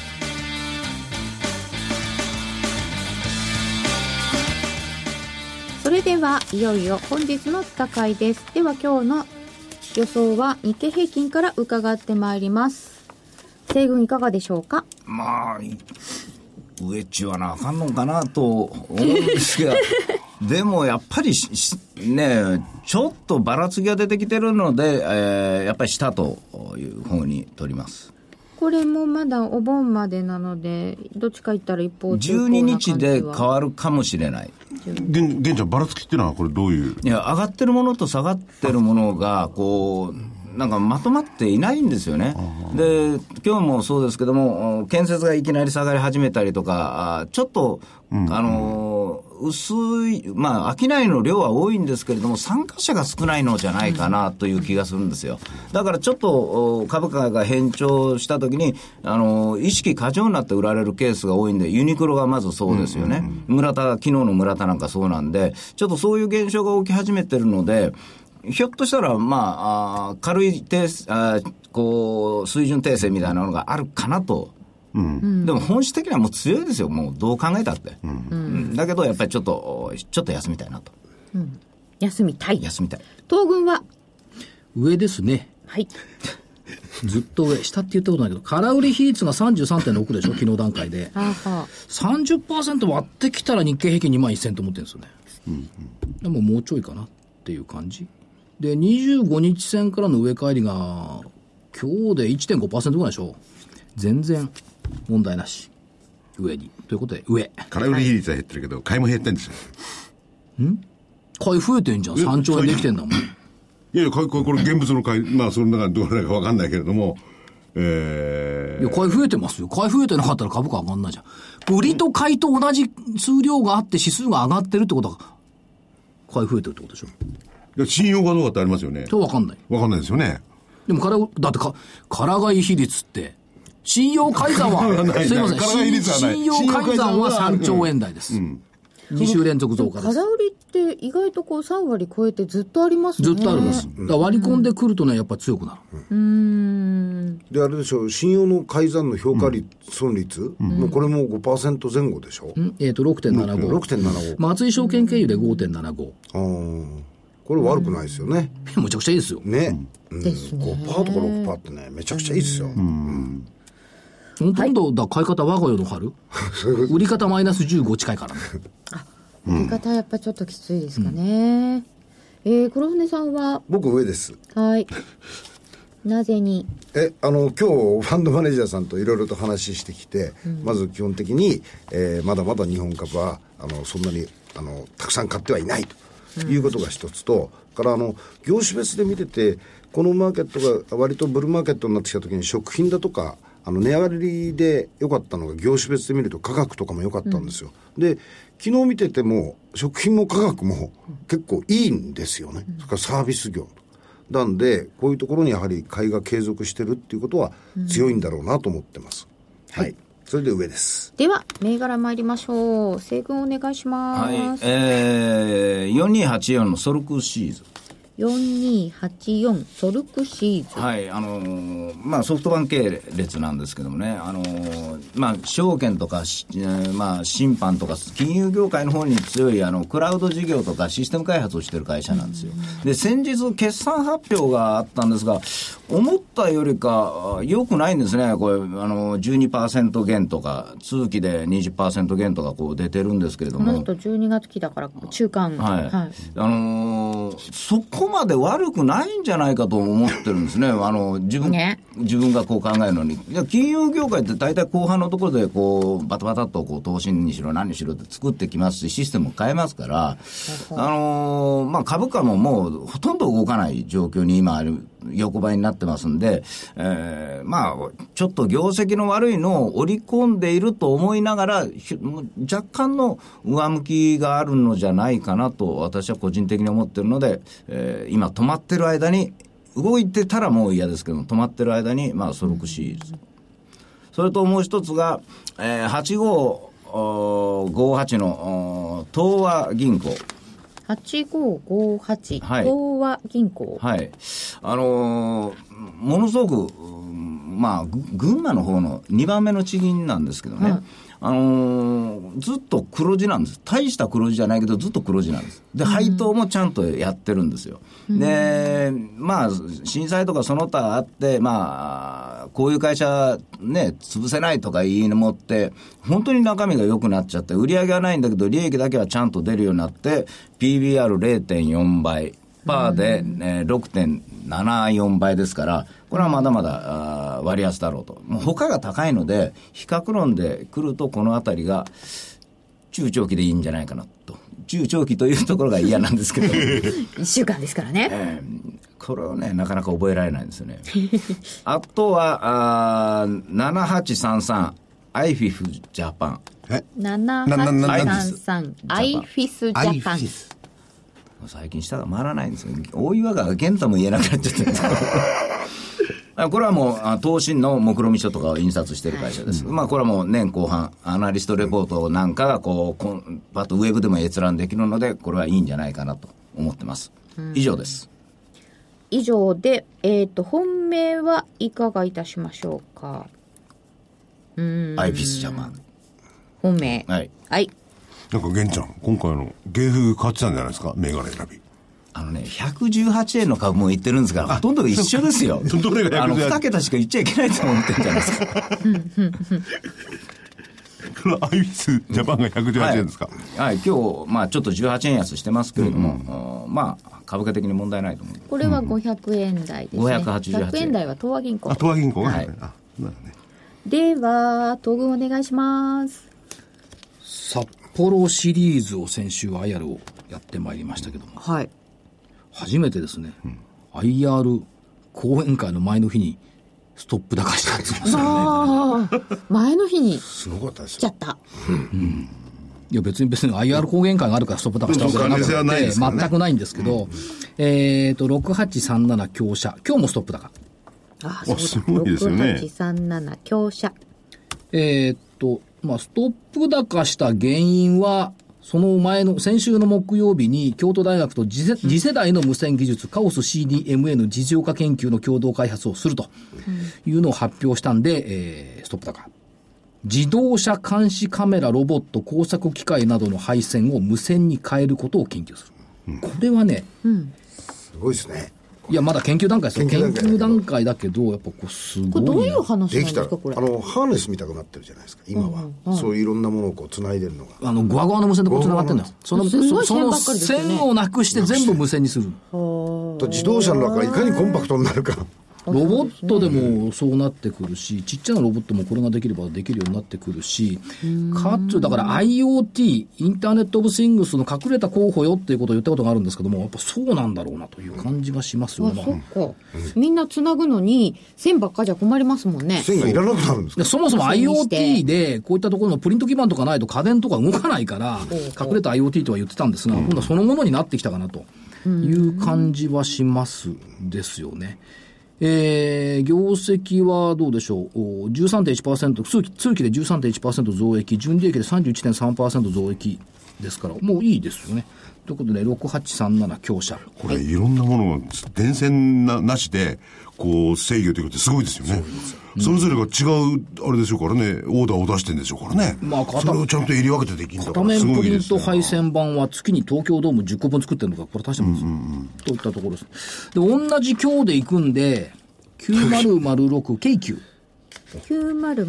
Speaker 4: それではいよいよ本日の戦いです。では今日の予想は日経平均から伺ってまいります。西軍いかがでしょうか。
Speaker 6: まあ上っちはなあかんのかなと思うんですがでもやっぱりねちょっとばらつきが出てきてるので、やっぱり下という方に取ります。
Speaker 4: これもまだお盆までなのでどっちか言ったら一方通行な
Speaker 6: 12
Speaker 4: 感じは
Speaker 6: 日で変わるかもしれない。
Speaker 5: 現ちゃんばらつきっていうのはこれどういう。
Speaker 6: いや上がってるものと下がってるものがこうなんかまとまっていないんですよね。で今日もそうですけども建設がいきなり下がり始めたりとかちょっと、薄いまあ商いの量は多いんですけれども参加者が少ないのじゃないかなという気がするんですよ。だからちょっと株価が変調した時に意識過剰になって売られるケースが多いんで、ユニクロがまずそうですよね。昨日の村田なんかそうなんで、ちょっとそういう現象が起き始めてるので、ひょっとしたら、軽いこう水準訂正みたいなのがあるかなと。でも本質的にはもう強いですよ。もうどう考えたって。だけどやっぱりちょっと休みたいなと。
Speaker 4: 休みたい。
Speaker 6: 休みたい。
Speaker 4: 東軍は
Speaker 1: 上ですね。
Speaker 4: はい。
Speaker 1: ずっと上、下って言ったことないけど、空売り比率が 33.6 でしょ、昨日段階で。30% 割ってきたら日経平均2万1000と思ってるんですよね。でももうちょいかなっていう感じ。で、25日線からの上返りが、今日で 1.5% ぐらいでしょ。全然問題なし。上に。ということで、上。
Speaker 5: 空売り比率は減ってるけど、買いも減ってんですよ。
Speaker 1: 買い増えてんじゃん。3兆円できてんだもん。
Speaker 5: いやいや、これ現物の買い、その中でどうなるか分かんないけれども、いや、
Speaker 1: 買い増えてますよ。買い増えてなかったら株価上がんないじゃん。売りと買いと同じ数量があって指数が上がってるってことは、買い増えてるってことでしょ。
Speaker 5: いや、信用がどうかってありますよね。
Speaker 1: そう分かんない。
Speaker 5: 分かんないですよね。
Speaker 1: でもだって空買い比率って、信用改ざんは、すいません、信用改ざんは3兆円台です。2週連続増加です。
Speaker 4: 空売りって意外とこう3割超えてずっとありますね。
Speaker 1: ずっとあります。だから割り込んでくるとね、やっぱり強くなる。
Speaker 7: で、あれでしょう、信用の改ざんの評価率、損率、もうこれも 5% 前後でしょ。
Speaker 1: 6.75。
Speaker 7: 6.75。
Speaker 1: 松井証券経由で 5.75。
Speaker 7: これ悪くないですよね。
Speaker 1: むちゃくちゃいいですよ。
Speaker 7: ね。
Speaker 4: ですね。
Speaker 7: 5%とか 6% ってね、めちゃくちゃいいですよ。
Speaker 1: 今度だ買い方我が世の春売り方マイナス15近いからね。
Speaker 4: 売り方はやっぱちょっときついですかね。黒船さんは
Speaker 7: 僕上です。
Speaker 4: はい。なぜに
Speaker 7: 今日ファンドマネージャーさんといろいろと話してきて、まず基本的に、まだまだ日本株はそんなにたくさん買ってはいないということが一つと、から業種別で見ててこのマーケットが割とブルーマーケットになってきたときに食品だとか値上がりで良かったのが業種別で見ると化学とかも良かったんですよ。で昨日見てても食品も化学も結構いいんですよね。それからサービス業なんでこういうところにやはり買いが継続してるっていうことは強いんだろうなと思ってます。はい、それで上です。
Speaker 4: では銘柄参りましょう。西軍お願いします。
Speaker 6: はい、4284のソルクシーズ。
Speaker 4: 4284ソルクシーズ。
Speaker 6: はい、ソフトバンク系列なんですけどもね、証券とか、審判とか金融業界の方に強いクラウド事業とかシステム開発をしている会社なんですよ。で先日決算発表があったんですが、思ったよりか良くないんですね。これ12% 減とか通期で 20% 減とかこう出てるんですけれども、
Speaker 4: なんと12月期だから中間、
Speaker 6: はい、 そこまで悪くないんじゃないかと思ってるんですね。自分がこう考えるのに。いや、金融業界って大体後半のところでこう、バタバタっとこう、投資にしろ何にしろって作ってきますし、システムを変えますから、まあ、株価ももうほとんど動かない状況に今ある、横ばいになってますんで、まあ、ちょっと業績の悪いのを織り込んでいると思いながら、若干の上向きがあるのじゃないかなと私は個人的に思っているので、今止まってる間に、動いてたらもう嫌ですけども、止まってる間に、まあ、ソロクシリーズ。それともう一つが、8558の東和銀行。
Speaker 4: 8558、
Speaker 6: はい、
Speaker 4: 東和銀行。
Speaker 6: はい。ものすごく、まあ、群馬の方の2番目の地銀なんですけどね。ずっと黒字なんです。大した黒字じゃないけどずっと黒字なんです。で、配当もちゃんとやってるんですよ。で、まあ、震災とかその他あって、まあ、こういう会社ね、潰せないとか言いのもって、本当に中身が良くなっちゃって、売り上げはないんだけど、利益だけはちゃんと出るようになって、PBR0.4 倍。パーで、6.74 倍ですから、これはまだまだ割安だろうと。もう他が高いので、比較論で来るとこのあたりが中長期でいいんじゃないかなと。中長期というところが嫌なんですけど。
Speaker 4: 1週間ですからね。
Speaker 6: これをね、なかなか覚えられないんですよね。あとは、7833、アイフィフジャパン。
Speaker 4: 7833、アイフィスジャパン。
Speaker 6: 最近下が回らないんですよ。大岩川が健太も言えなくなっちゃってるんですこれはもう投信の目論見書とかを印刷している会社です、まあこれはもう年後半アナリストレポートなんかがこうパッとウェブでも閲覧できるので、これはいいんじゃないかなと思ってます。以上です。
Speaker 4: 以上で、本命はいかがいたしましょうか。
Speaker 6: アイフィスジャパン
Speaker 4: 本命、
Speaker 6: はい、
Speaker 4: はい。
Speaker 5: なんか玄ちゃん今回の芸風買ってたんじゃないですか、銘柄選び。
Speaker 6: 118円の株も言ってるんですからほとんど一緒ですよ。
Speaker 5: どれが
Speaker 6: 2桁しか言っちゃいけないと思ってるんじゃないですか。
Speaker 5: このアイフィスジャパンが118円ですか。
Speaker 6: はい、今日、まあ、ちょっと18円安してますけれども、まあ株価的に問題ないと思う。
Speaker 4: これは500円台ですね。
Speaker 6: 588円。
Speaker 4: 100円台は東和銀行。
Speaker 5: 東和銀行が、はい、
Speaker 4: では東軍お願いします。
Speaker 1: 札幌シリーズを先週 IR をやってまいりましたけども、
Speaker 4: はい、
Speaker 1: 初めてですね、IR 講演会の前の日にストップ高したって言いますよね。
Speaker 4: 前の日に
Speaker 7: すごかったですよ。
Speaker 4: 来ちゃった。
Speaker 1: いや別にIR 講演会があるからストップ高したわけじゃなくて、全くないんですけど、6837強者、今日もストップ高。
Speaker 4: そうだ、
Speaker 5: すごいですよね。
Speaker 4: 6837強者。
Speaker 1: まあ、ストップ高した原因は、その前の、先週の木曜日に、京都大学と次世代の無線技術、カオス CDMA の実用化研究の共同開発をするというのを発表したんで、ストップ高。自動車監視カメラ、ロボット、工作機械などの配線を無線に変えることを研究する。これはね、
Speaker 7: すごいですね。
Speaker 1: いや、まだ研究段階ですよ。研究段階だけど、やっぱこう、すごい。
Speaker 4: これどういう話なんですか、
Speaker 7: これ。ハーネス見たくなってるじゃないですか、今は。そういういろんなものをこう、繋いでるのが。
Speaker 1: ゴワゴワの無線でこう繋がってるんだよ。その線をなくして全部無線にする。
Speaker 7: 自動車の中がいかにコンパクトになるか。
Speaker 1: ロボットでもそうなってくるし、ちっちゃなロボットもこれができればできるようになってくるし、かつ、だから IoT、インターネットオブシングスの隠れた候補よっていうことを言ったことがあるんですけども、やっぱそうなんだろうなという感じがしますよね。
Speaker 4: そっか。みんなつなぐのに線ばっかじゃ困りますもんね。
Speaker 7: 線がいらなくなるんですか。
Speaker 1: そもそも IoT でこういったところのプリント基板とかないと家電とか動かないから、隠れた IoT とは言ってたんですが、今度はそのものになってきたかなという感じはしますですよね。業績はどうでしょう。13.1%、通期で 13.1% 増益、純利益で 31.3% 増益ですから、もういいですよね。ということで、6837強者。
Speaker 5: これ、いろんなものが電線 なしで、こう、制御ということってすごいですよね。それぞれが違う、あれでしょうからね、オーダーを出してるんでしょうからね。まあ、それをちゃんと襟分けてできるんだから、
Speaker 1: 片面プリント配線板は月に東京ドーム10個分作ってるのか、これ大したもんですよ。といったところです。で、同じ今日で行くんで、9006、京急。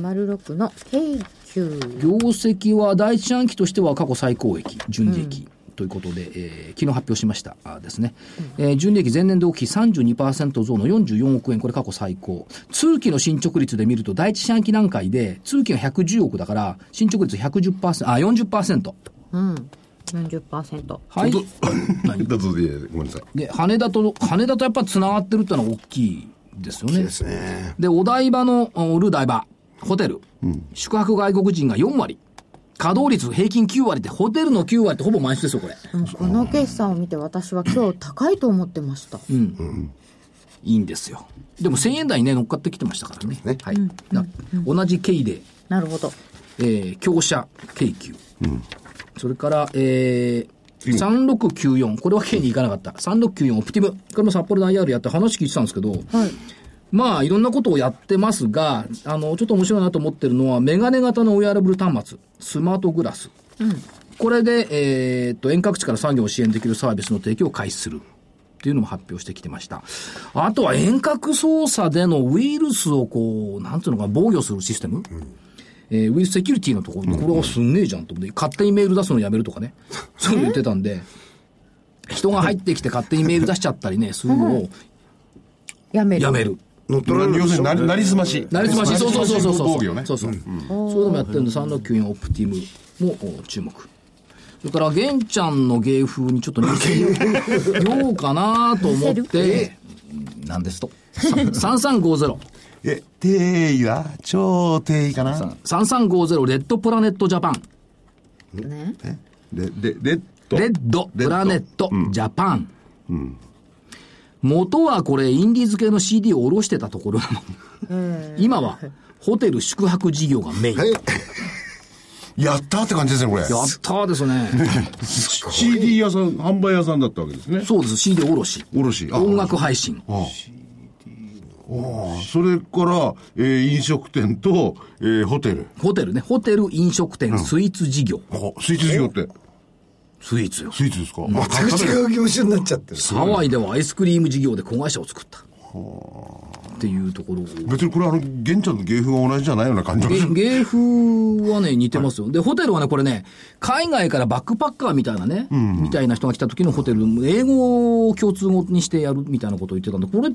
Speaker 4: 9006の京急。
Speaker 1: 業績は第一四半期としては過去最高益、純利益。 ということで、昨日発表しましたですね。純利益前年同期比 32% 増の44億円、これ過去最高。通期の進捗率で見ると、第一四半期段階で、通期が110億だから、進捗率 40%。
Speaker 4: うん。40%。
Speaker 1: はい。
Speaker 5: どうぞごめんなさい。
Speaker 1: で、羽田とやっぱ繋がってるってのは大きいですよね。
Speaker 7: ですね。
Speaker 1: で、お台場の、ルー台場、ホテル、宿泊外国人が4割。稼働率平均9割って、ホテルの9割ってほぼ満室ですよ、これ。
Speaker 4: この決算を見て私は今日高いと思ってました。
Speaker 1: いいんですよ。でも1000円台にね、乗っかってきてましたからね。はい。同じ経緯で、
Speaker 4: なるほど。
Speaker 1: 強者京急。それから、3694。これは経に行かなかった。3694オプティム。これも札幌の IR やって話聞いてたんですけど、まあ、いろんなことをやってますが、ちょっと面白いなと思ってるのは、メガネ型のウェアラブル端末、スマートグラス。これで、遠隔地から作業を支援できるサービスの提供を開始する。っていうのも発表してきてました。あとは遠隔操作でのウイルスをこう、なんていうのか、防御するシステム、ウイルスセキュリティのところで、これはすんねえじゃんと思って、勝手にメール出すのやめるとかね。そういうの言ってたんで、人が入ってきて勝手にメール出しちゃったりね、するのを、やめる。
Speaker 5: 要するになりすまし。
Speaker 1: なりすまし、そう。
Speaker 5: 防御ね。
Speaker 1: そういうのもやってるんで、3694オプティムも注目。それから、玄ちゃんの芸風にちょっと似せようかなと思って、
Speaker 6: 何ですと
Speaker 1: 3350。
Speaker 5: 定位は超低位かな。
Speaker 1: 3350レッドプラネットジャパン。
Speaker 4: ね。
Speaker 1: レッドプラネットジャパン。元はこれ、インディーズ系の CD を下ろしてたところなの。今は、ホテル宿泊事業がメイン。
Speaker 5: やったーって感じですね、これ。
Speaker 1: やったーですね。
Speaker 5: CD 屋さん、販売屋さんだったわけですね。
Speaker 1: そうです、CD 卸。音楽配信。
Speaker 5: それから、飲食店と、ホテル。
Speaker 1: ホテルね。ホテル、飲食店、スイーツ事業。
Speaker 5: スイーツ事業って。
Speaker 1: スイーツよ。
Speaker 5: スイーツですか。
Speaker 7: 全く違う業種になっちゃってる。
Speaker 1: ハワイではアイスクリーム事業で子会社を作った。っていうところ。
Speaker 5: 別にこれ玄ちゃんの芸風が同じじゃないような感じがする。
Speaker 1: 芸風はね、似てますよ。で、ホテルはね、これね、海外からバックパッカーみたいなね、みたいな人が来た時のホテル、英語を共通語にしてやるみたいなことを言ってたんで、これって、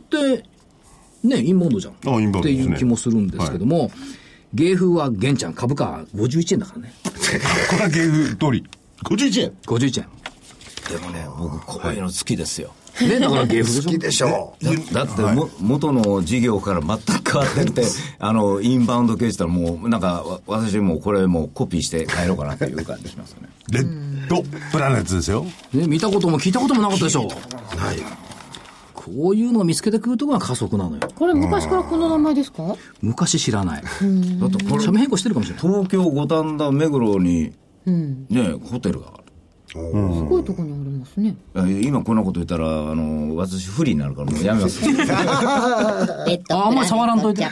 Speaker 1: ね、インバウンドじゃん。
Speaker 5: インバウンド
Speaker 1: っていう気もするんですけども、芸風は玄ちゃん株価51円だからね。
Speaker 5: これは芸風通り。51円。
Speaker 1: 51円。
Speaker 6: でもね、僕、こういうの好きですよ。
Speaker 1: ね、だから芸風
Speaker 7: 好きでしょう。
Speaker 6: だって元の事業から全く変わってて、インバウンド系したらもう、なんか、私もこれもうコピーして帰ろうかなっていう感じしますね。
Speaker 5: レッドプラネットですよ。
Speaker 1: ね、見たことも聞いたこともなかったでしょ。はい。こういうのを見つけてくるところが加速なのよ。
Speaker 4: これ昔からこの名前ですか？
Speaker 1: 昔知らない。だってこれ社名変更してるかもしれない。
Speaker 6: 東京五反田目黒に、ね、ホテルがある。
Speaker 4: すごいところにありますね。
Speaker 6: 今こんなこと言ったら私不利になるからもうやめます
Speaker 1: あんまり触らんといて。
Speaker 4: はい。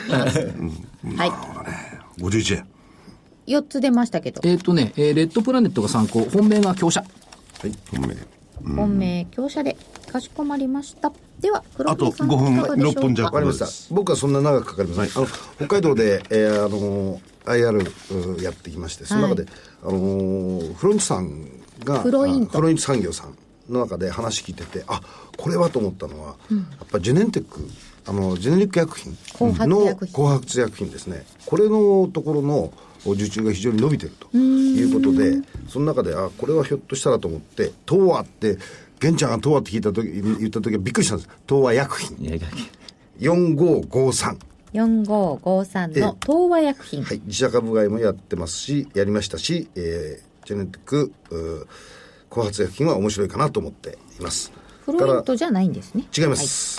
Speaker 5: 51円。
Speaker 4: 4つ出ましたけど。
Speaker 1: レッドプラネットが参考、本命が強者。
Speaker 5: はい、
Speaker 4: 本命強者でかしこまりました。では黒木さん、
Speaker 5: あと5分6分じゃ
Speaker 7: わかりました。僕はそんな長くかかりません。北海道で、IR やってきまして、その中で、フロントさんがフロイント産業さんの中で話聞いてて、あ、これはと思ったのは、やっぱジェネンテック、ジェネリック薬品の後発薬品ですね。これのところの受注が非常に伸びてるということで、その中で、これはひょっとしたらと思って、東和って、玄ちゃんが東和って言った時はびっくりしたんです。東和薬品。4553。
Speaker 4: 4553の東和薬品。
Speaker 7: はい。自社株買いもやってますし、やりましたし、ジェネティック、後発薬品は面白いかなと思っています。
Speaker 4: フロイントじゃないんですね。
Speaker 7: 違います。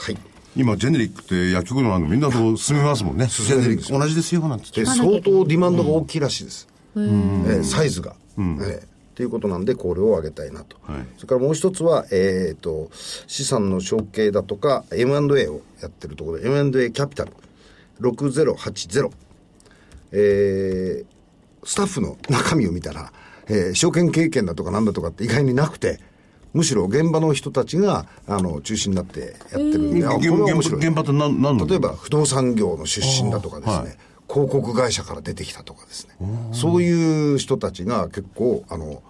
Speaker 7: はい。
Speaker 5: 今、ジェネリックって薬局のみんなと進めますもんね。ジェネリック同じですよ、なんて言って。
Speaker 7: 相当ディマンドが大きいらしいです。サイズが。ということなんで、これを上げたいなと。それからもう一つは、資産の承継だとか、M&A をやってるところで、M&A キャピタル6080。スタッフの中身を見たら、証券経験だとかなんだとかって意外になくて、むしろ現場の人たちが中心になってやってるんで、これは面白い。
Speaker 5: 現場って何の？
Speaker 7: 例えば不動産業の出身だとかですね、広告会社から出てきたとかですね、そういう人たちが結構こ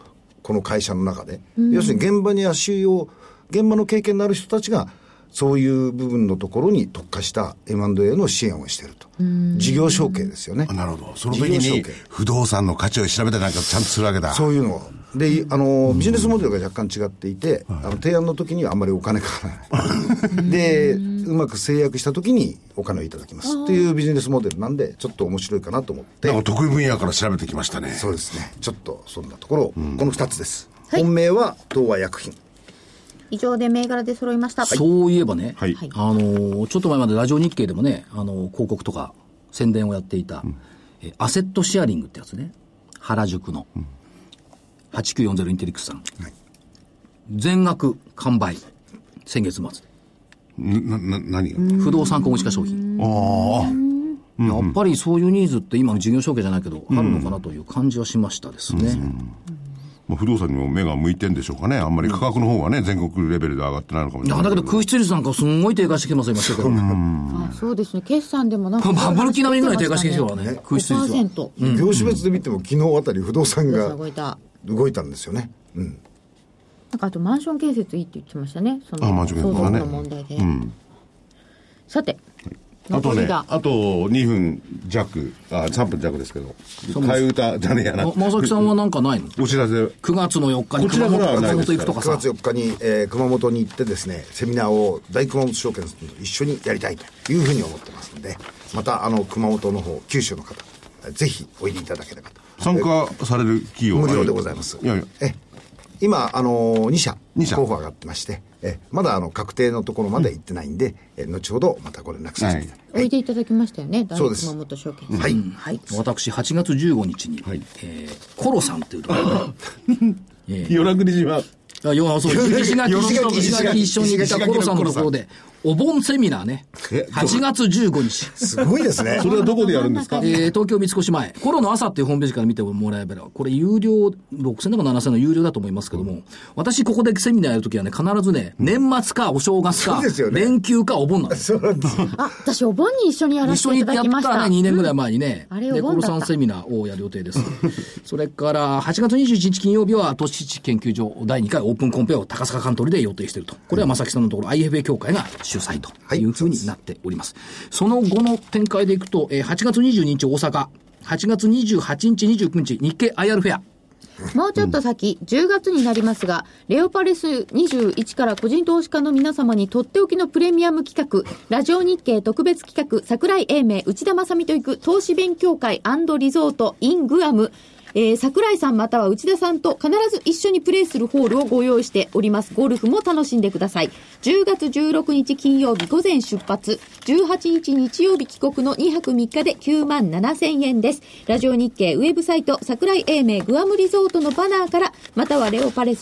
Speaker 7: この会社の中で、要するに現場の経験のある人たちがそういう部分のところに特化した M&A の支援をしていると。事業承継ですよね。
Speaker 5: なるほど。その時に不動産の価値を調べたりなんかちゃんとするわけだ。
Speaker 7: そういうので、ビジネスモデルが若干違っていて、提案の時にはあんまりお金かからないで、うまく制約した時にお金をいただきますっていうビジネスモデルなんで、ちょっと面白いかなと思って。
Speaker 5: 得意分野から調べてきましたね。
Speaker 7: そうですね。ちょっとそんなところ、この2つです。本命は東和薬品。
Speaker 4: 以上で銘柄で揃いました。
Speaker 1: そういえばね、
Speaker 5: はい、
Speaker 1: ちょっと前までラジオ日経でもね、広告とか宣伝をやっていた、アセットシェアリングってやつね、原宿の、8940インテリックスさん、全額完売、先月末で。
Speaker 5: 何が
Speaker 1: 不動産小口化商品。やっぱりそういうニーズって今の事業承継じゃないけど、あるのかなという感じはしましたですね。
Speaker 5: 不動産にも目が向いてんでしょうかね。あんまり価格の方がね、全国レベルで上がってないのかもしれない。
Speaker 1: だけど空室率なんかすんごい低下してきてますよ、今してるから。
Speaker 4: そうですね。決算でもなんか
Speaker 1: バブル期並みぐらい低下してきてるからね、空室率は。
Speaker 4: 5%。
Speaker 7: 業種別で見ても昨日あたり不動産が動いたんですよね。
Speaker 4: なんかあとマンション建設いいって言ってましたね。その
Speaker 5: マンション建設ね。
Speaker 4: の問題で。さて。
Speaker 5: あとね、あと2分弱、3分弱ですけど、替え歌じゃねえやな。
Speaker 1: 正木さんはなんかないの？
Speaker 5: お知らせ。9
Speaker 1: 月の4日に熊本行くとかさ。
Speaker 7: 9月4日に、熊本に行ってですね、セミナーを大熊本証券と一緒にやりたいというふうに思ってますので、また熊本の方、九州の方、ぜひおいでいただければと。
Speaker 5: 参加される企業
Speaker 7: 無料でございます。今、2社候補上がってまして、まだ確定のところまで行ってないんで、後ほどまたご連絡させていただきます。
Speaker 4: おいでいただきましたよね、大熊本証券。
Speaker 7: はい。
Speaker 1: 私、8月15日に、コロさんというところで、
Speaker 5: 与那国島。
Speaker 1: そう、石垣一緒に行ったコロさんのところで、お盆セミナーね。8月15日。
Speaker 7: すごいですね。
Speaker 5: それはどこでやるんですか？
Speaker 1: 東京三越前。コロの朝っていうホームページから見てもらえば、これ有料、6000とか7000の有料だと思いますけども、私ここでセミナーやるときはね、必ずね、年末かお正月か、連休かお盆なんです。
Speaker 7: そうなんです。
Speaker 4: 私お盆に一緒にやらせていただきました。
Speaker 1: 一緒にやったね、2年ぐらい前にね。
Speaker 4: で、
Speaker 1: コロさんセミナーをやる予定です。それから、8月21日金曜日は、都市地研究所第2回オープンコンペを高坂カントリーで予定していると。これは正木さんのところ IFA 協会が主催というふうになっております。その後の展開でいくと、8月22日大阪、8月28日29日日経 IR フェア。
Speaker 4: もうちょっと先、10月になりますが、レオパレス21から個人投資家の皆様にとっておきのプレミアム企画、ラジオ日経特別企画、櫻井英明、内田正美と行く投資勉強会&リゾート in グアム。櫻井さんまたは内田さんと必ず一緒にプレーするホールをご用意しております。ゴルフも楽しんでください。10月16日金曜日午前出発、18日日曜日帰国の2泊3日で97,000円です。ラジオ日経ウェブサイト櫻井英明グアムリゾートのバナーから、またはレオパレス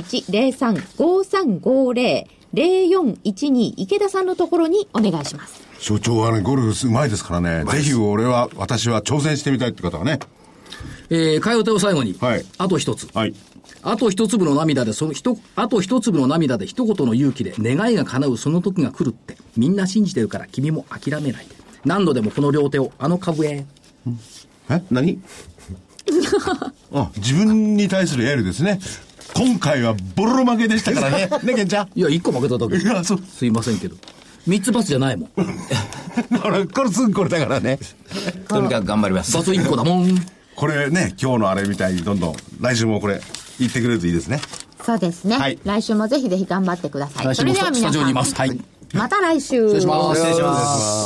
Speaker 4: 21-0353-0412 池田さんのところにお願いします。
Speaker 5: 所長はね、ゴルフうまいですからね、ぜひ私は挑戦してみたいって方はね、
Speaker 1: 替え歌を最後に、あと一つ。あと一粒の涙で、あと一粒の涙で一言の勇気で願いが叶うその時が来るって、みんな信じてるから君も諦めないで。何度でもこの両手をあの株へ。
Speaker 5: 何自分に対するエールですね。今回はボロ負けでしたからね。ね、ケンちゃん。
Speaker 1: いや、1個負けただけ。すいませんけど。3つバツじゃないもん。こ
Speaker 5: れすぐこれだからね。
Speaker 6: とにかく頑張ります。
Speaker 1: バツ1個だもん。
Speaker 5: これね、今日のあれみたいにどんどん来週もこれ言ってくれるといいですね。
Speaker 4: そうですね、来週もぜひぜひ頑張ってください。それでは皆さん、また来週。
Speaker 1: 失礼します。
Speaker 6: 失礼します。